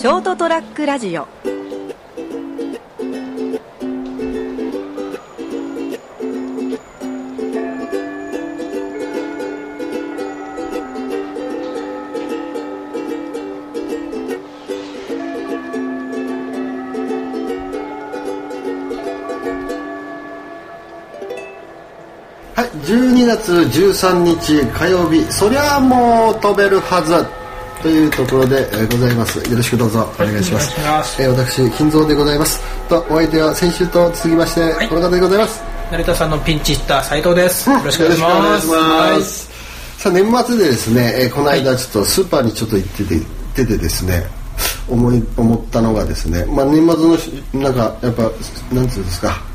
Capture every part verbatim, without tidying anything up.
ショートトラックラジオ。 はい、じゅうにがつじゅうさんにち火曜日、そりゃもう飛べるはずというところでございます。よろしくどうぞお願いします。 はい、ますえー、私金蔵でございますと、お相手は先週と続きまして、はい、この方でございます。 成田さんのピンチヒッター斉藤です、うん、よろしくお願いします。 はい、さあ年末でですね、えー、この間ちょっとスーパーにちょっと行ってて、行っててですね、思い思ったのがですね、まあ、年末のなんかやっぱなんていうんですか、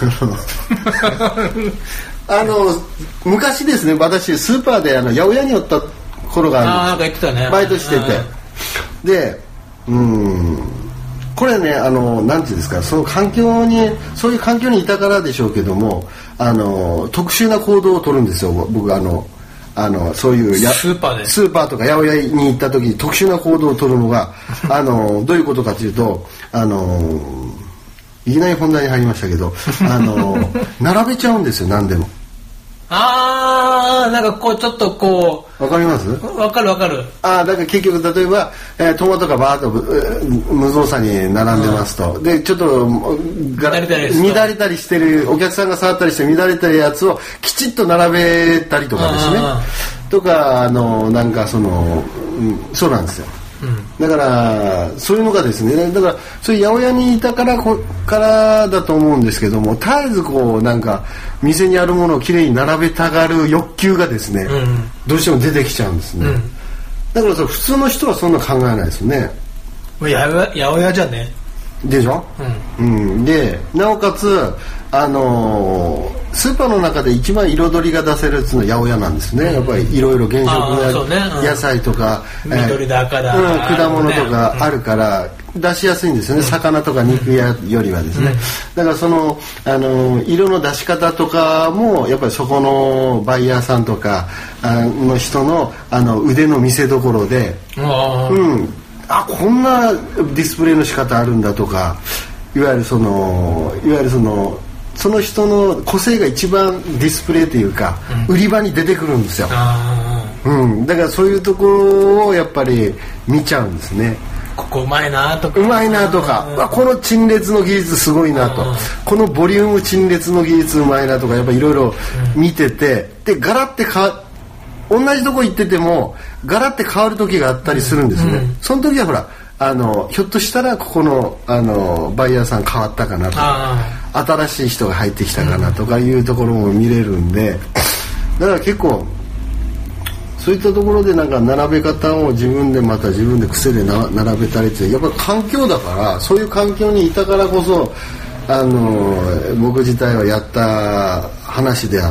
あの昔ですね、私スーパーであの八百屋に寄った頃があるんです。 あ、なんか言ってたね。 バイトしてて、で、うーん、これね、あのなんていうんですか、その環境にそういう環境にいたからでしょうけども、あの特殊な行動を取るんですよ。僕あのあのそういうやスーパーでスーパーとか八百屋に行った時に特殊な行動を取るのがあのどういうことかというと、あのいきなり本題に入りましたけど、あの並べちゃうんですよ、何でも。 あー、なんかこうちょっとこうわかります？ わかるわかる。 あー、だから結局例えば、えー、トマトがバーッと無造作に並んでますと、でちょっとが乱れたり乱れたりしてる、お客さんが触ったりして乱れたやつをきちっと並べたりとかですね、とかあのなんかその、うん、そうなんですよ。うん、だからそういうのがですね、だからそういう八百屋にいたからこからだと思うんですけども、絶えずこうなんか店にあるものをきれいに並べたがる欲求がですね、うん、どうしても出てきちゃうんですね、うん、だからさ、普通の人はそんな考えないですよね。 八百屋じゃねでしょ、うんうん、でなおかつあのー、スーパーの中で一番彩りが出せるやつの八百屋なんですね、うん、やっぱりいろいろ原色の野菜とか、 ね、うん、緑だ赤だ、 うん、果物とかあるから出しやすいんですよね、うん、魚とか肉屋よりはですね、うん、だからその、あのー、色の出し方とかもやっぱりそこのバイヤーさんとかの人の、あの腕の見せ所で、うん、あ、こんなディスプレイの仕方あるんだとか、いわゆるそのいわゆるそのその人の個性が一番ディスプレイというか、うん、売り場に出てくるんですよ、うん、だからそういうところをやっぱり見ちゃうんですね。 ここうまいなとか、 うまいなとか、うん、この陳列の技術すごいなと、うん、このボリューム陳列の技術うまいなとか、やっぱいろいろ見てて、でガラッてか同じとこ行っててもガラッて変わる時があったりするんですね、うん、その時はほら、あのひょっとしたらここの、あのバイヤーさん変わったかなとか、新しい人が入ってきたかなとかいうところも見れるんで、だから結構そういったところでなんか並べ方を自分でまた自分で癖でな並べたりって、やっぱり環境だから、そういう環境にいたからこそ、あの僕自体はやった話であって、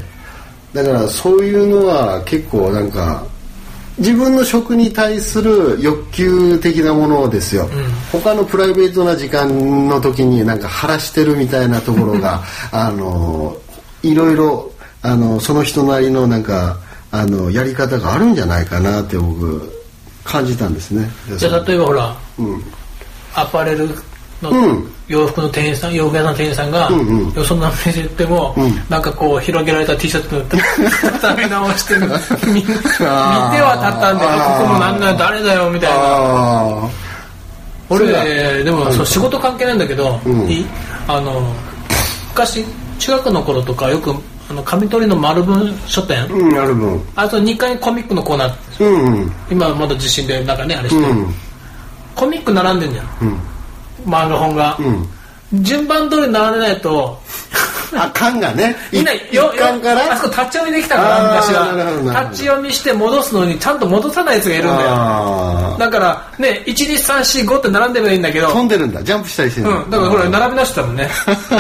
うん、だからそういうのは結構なんか自分の食に対する欲求的なものですよ、うん、他のプライベートな時間の時になんか晴らしてるみたいなところがあのいろいろあのその人なりのなんかあのやり方があるんじゃないかなって僕感じたんですね。 じゃあ例えばほら、うん、アパレルの洋服の店員さん、洋服屋さんの店員さんが、うんうん、よその店行っても、うん、なんかこう広げられた T シャツの畳み直してる見ては畳んで、ここもなんだ誰だよみたいな。俺でもそう仕事関係ないんだけど、うん、いあの昔中学の頃とかよくあの上取の丸文書店、 うん、丸文、 あとにかいにコミックのコーナー、うんうん、今まだ地震でなんかねあれして、うん、コミック並んでんじゃん、うん、漫画本が、うん、順番通り並んでないとあかんがね、 みんなよよからあそこ立ち読みできたから昔は立ち読みして戻すのにちゃんと戻さないやつがいるんだよ。だからねいちにさんしごって並んでもいいんだけど飛んでるんだ、ジャンプしたりしてるんだ、 うん、だからほら並び直してたもんね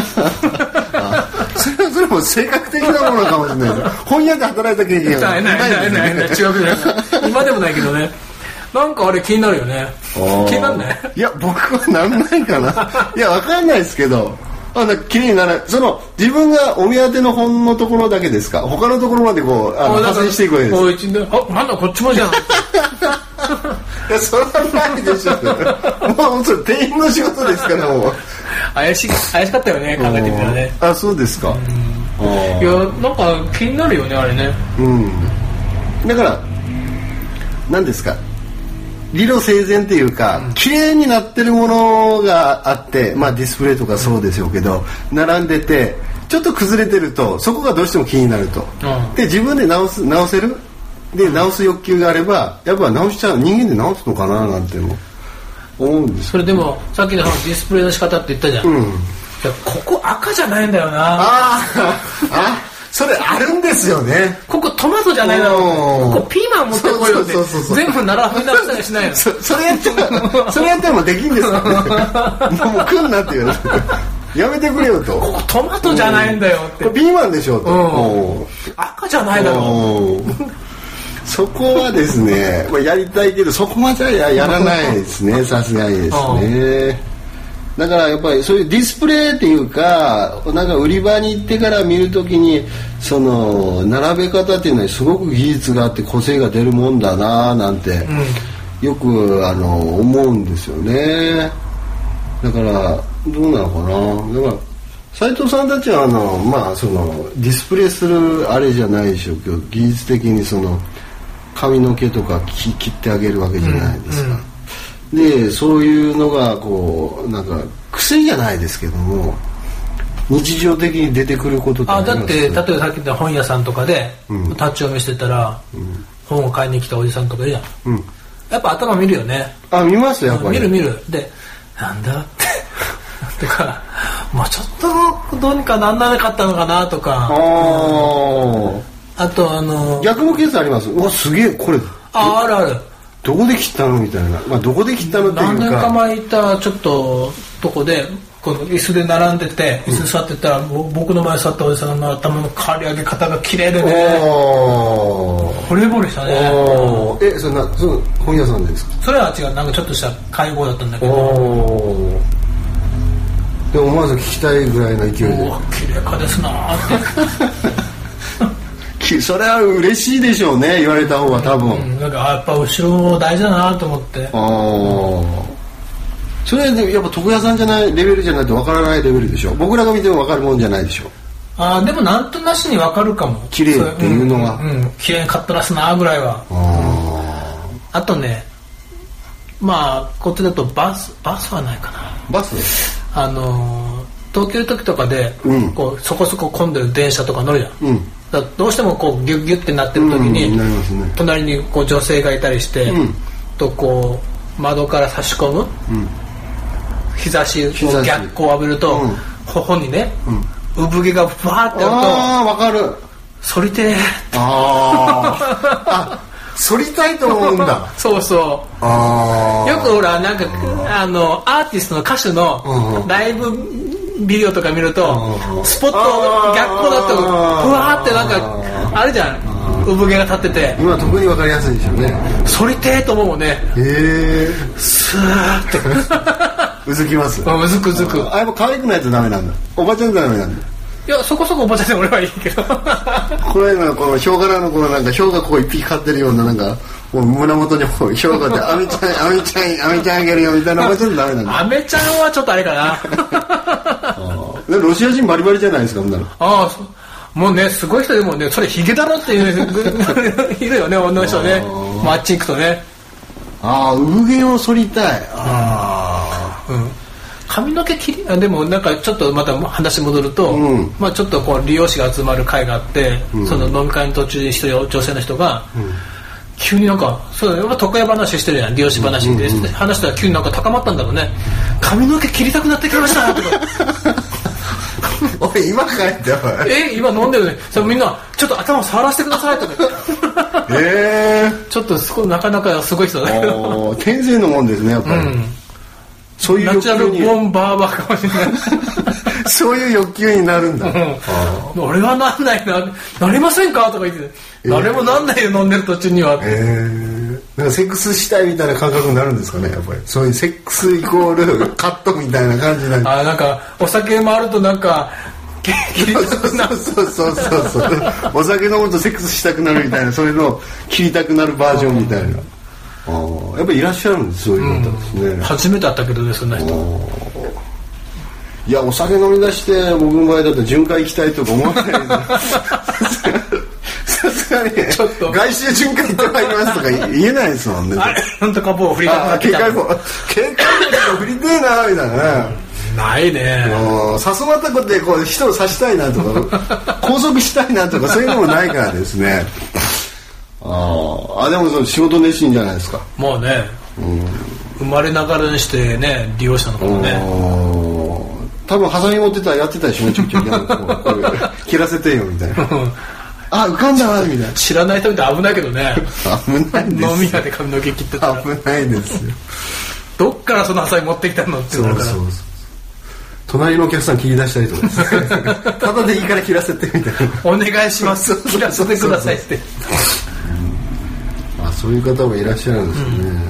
それはそれも性格的なものかもしれないです本屋で働いた経験はないないないないない違うじゃない今でもないけどね、なんかあれ気になるよね。気になんない？ いや僕はなんないかないやわかんないですけど、あの綺麗にならない、その自分がお目当ての本のところだけですか、他のところまでこうあの派生していくわけです。 おいちんで、あなんだこっちもじゃんいやそれはないでしょもうそれ店員の仕事ですからもう怪し怪しかったよね考えてみたらね。 あそうですか。 いやなんか気になるよねあれね。 うんだから何ですか理路整然っていうか、うん、綺麗になってるものがあって、まあ、ディスプレイとかそうでしょうけど、うん、並んでてちょっと崩れてるとそこがどうしても気になると、うん、で自分で直す直せるで直す欲求があればやっぱ直しちゃう人間で直すのかななんても思うんです。 それでもさっきのディスプレイの仕方って言ったじゃん、うん、いやここ赤じゃないんだよなああそれあるんですよね。 ここトマトじゃないだろうここピーマン持ってこいよって全部並び直したりしないのそ, それやってもそれやってもできんですか、ね、もう来んなって言われてやめてくれよとここトマトじゃないんだよってこれピーマンでしょと、うん、 赤じゃないだろうそこはですねやりたいけどそこまでは や, やらないですねさすがにですね。だからやっぱりそういうディスプレイっていうかなんか売り場に行ってから見るときにその並べ方っていうのはすごく技術があって個性が出るもんだななんて、うん、よくあの思うんですよね。だからどうなのかな。だから斉藤さんたちはあのまあそのディスプレイするあれじゃないでしょうけど技術的にその髪の毛とか切ってあげるわけじゃないですか、うんうんでそういうのがこうなんか癖じゃないですけども日常的に出てくることってあります。 あだって例えばさっき言った本屋さんとかで、うん、立ち読みしてたら、うん、本を買いに来たおじさんとかいるじゃん、うん、やっぱ頭見るよね。 あ見ますやっぱり見る見るでなんだってとかもうちょっとどうにかなんなかったのかなとか あ, あとあの逆のケースあります。うわすげえこれああるあるどこで切ったのみたいな、まあ、どこで切ったのっていうか何年か前行ったちょっととこでこの椅子で並んでて椅子座ってたら、うん、僕の前座ったおじさんの頭の刈り上げ方が綺麗でね惚れ惚れしたね。 えそんなその本屋さんですか。 それは違うなんかちょっとした会合だったんだけどでも思わず聞きたいぐらいの勢いでお綺麗かですなってそれは嬉しいでしょうね言われた方が多分、うん、 なんかやっぱ後ろ大事だなと思ってあそれでやっぱ床屋さんじゃないレベルじゃないと分からないレベルでしょ。僕らが見ても分かるもんじゃないでしょ。 あでもなんとなしに分かるかも綺麗っていうのはうん、うん、綺麗にカットらすなぐらいは あ, あとねまあこっちだとバスバスはないかな。 バスあの東京行く時とかで、うん、こうそこそこ混んでる電車とか乗るじゃん、うんだどうしてもこうギュッギュッってなってる時に、うんね、隣にこう女性がいたりして、うん、とこう窓から差し込む、うん、日差しを逆光を浴びると、うん、頬にね、うん、産毛がふわーってやるとあーわかる反りてーあ反りたいと思うんだそうそうあよくほらなんかあのアーティストの歌手のライブビデオとか見るとスポット逆光だとふわーってなんかあるじゃん産毛が立ってて今特に分かりやすいでしょうね。 反りてーと思うもんね。へえスーってうずきますうずくうずくあやっぱ可愛くないとダメなんだ。おばちゃんじゃダメなんだ。 いやそこそこおばちゃんで俺はいいけどこれのこのヒョウ柄のこのなんかヒョウがこう一匹飼ってるようななんかもう胸元にこうヒョウがあってアメちゃんアメちゃんアメちゃんあげるよみたいなおばちゃんじゃダメなんだ。 アメちゃんはちょっとあれかなロシア人バリバリじゃないですか。ああもうねすごい人でもねそれヒゲだろっていういるよね女の人ねマッチ行くとねああ産毛を剃りたいああ、うん、髪の毛切りでもなんかちょっとまた話戻ると、うん、まあちょっとこう利用者が集まる会があって、うん、その飲み会の途中で一人女性の人が、うん、急になんかそうやっぱ床屋話してるやん利用し話で、うんうんうん、話したら急になんか高まったんだろうね髪の毛切りたくなってきましたとかおい今帰ってえ今飲んでるねそれみんなちょっと頭を触らせてくださいとかえー、 ちょっとすごいなかなかすごい人だけど天性のもんですねやっぱり、うん、そういう欲求にナチュラルボーンバーバーかもしれないそういう欲求になるんだ、 うん、俺はなんないななりませんかとか言って、えー、誰もなんないよ飲んでる途中にはえー、なんかセックスしたいみたいな感覚になるんですかねやっぱりそういうセックスイコールカットみたいな感じなんであなんかお酒回るとなんかそうそうそうそうそうお酒飲むとセックスしたくなるみたいなそういうのを切りたくなるバージョンみたいなあやっぱりいらっしゃるんですそういう方ですね、 うん、初めて会ったけどねそんな人。 いやお酒飲み出して僕の場合だと巡回行きたいとか思わないですさすがにちょっと外周巡回行ってまいりますとか言えないですもんね。 あれ本当カポを振りたくなってきた。 警戒棒警戒棒振りてえなみたいなね、 うん、ないね。 さそまたこってこう人を刺したいなとか拘束したいなとかそういうのもないからですね。ああでもその仕事熱心じゃないですか。 もうね、うん、生まれながらにしてね利用したのかもね。 多分ハサミ持ってたらやってたでしょちょいちょい切らせてよみたいなあ浮かんだわみたいな。 知らない人みたい危ないけどね。 危ないですよ。 飲み屋で髪の毛切ってたら危ないですよ。 どっからそのハサミ持ってきたのってなるから。そうそうそう隣のお客さん切り出したりとかただでいいから切らせてみたいなお願いします切らせてくださいってあそういう方もいらっしゃるんですね、うん、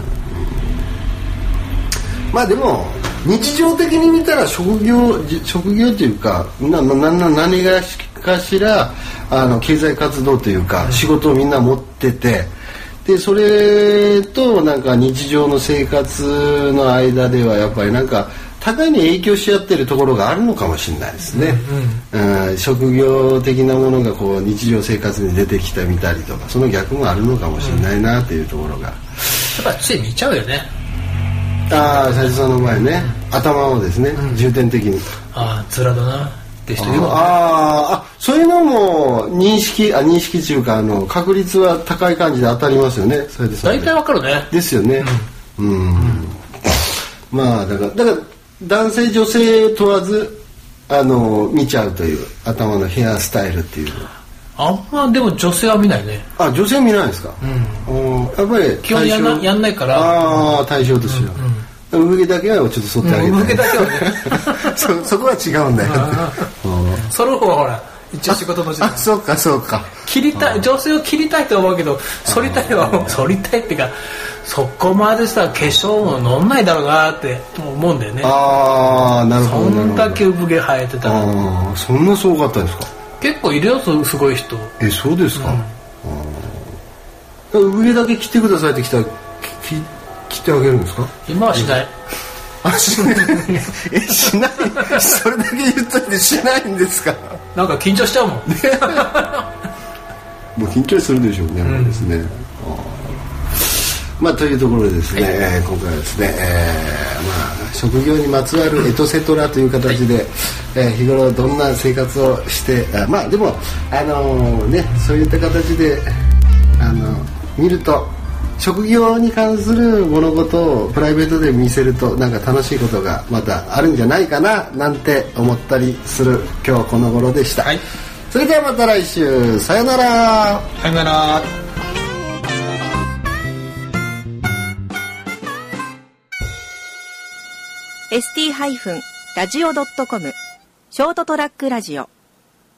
まあでも日常的に見たら職業職業というかななな何がかしらあの経済活動というか、うん、仕事をみんな持っててでそれとなんか日常の生活の間ではやっぱりなんか互いに影響し合っているところがあるのかもしれないですね、うんうんうん、職業的なものがこう日常生活に出てきてみたりとかその逆もあるのかもしれないなというところが、やっぱつい見ちゃうよね。 ああ斉藤さんの前ね、うん、頭をですね、うん、重点的にああ面だなって人いるもんね。 ああそういうのも認識あ認識というかあの確率は高い感じで当たりますよね斉藤さん。 大体わかるね。 ですよね。うん、うんうん、まあだからだから男性女性問わずあの見ちゃうという頭のヘアスタイルっていうのあんまでも女性は見ないね。 あ女性は見ないんですか、うん、やっぱり基本やんな、やんないからああ対象としては、うんうん、産毛だけはちょっと剃ってあげて、 うん、産毛だけはねそ, そこは違うんだよその方はほら一応仕事の時間あそうかそうか切りたい女性を切りたいと思うけど剃りたいは剃りたいっていうかそこまでさ化粧も乗んないだろうなって思うんだよね。 ああなるほど。 そんだけ産毛生えてたらあそんなすごかったですか。 結構いるよすごい人。 えそうですか、うん、産毛だけ切ってくださいって来たら切ってあげるんですか。 今はしない。 あしないえしないそれだけ言っといてしないんですか。 なんか緊張しちゃうもんもう緊張するでしょうね、うん、ですね。まあというところでですね、はい、えー、今回はですね、えー、まあ職業にまつわるエトセトラという形で、はい、えー、日頃どんな生活をしてあまあでもあのー、ねそういった形であの見ると職業に関する物事をプライベートで見せるとなんか楽しいことがまたあるんじゃないかななんて思ったりする今日この頃でした、はい、それではまた来週さよなら。 さよなら。 エスティー ラジオ ドットコム ショートトラックラジオ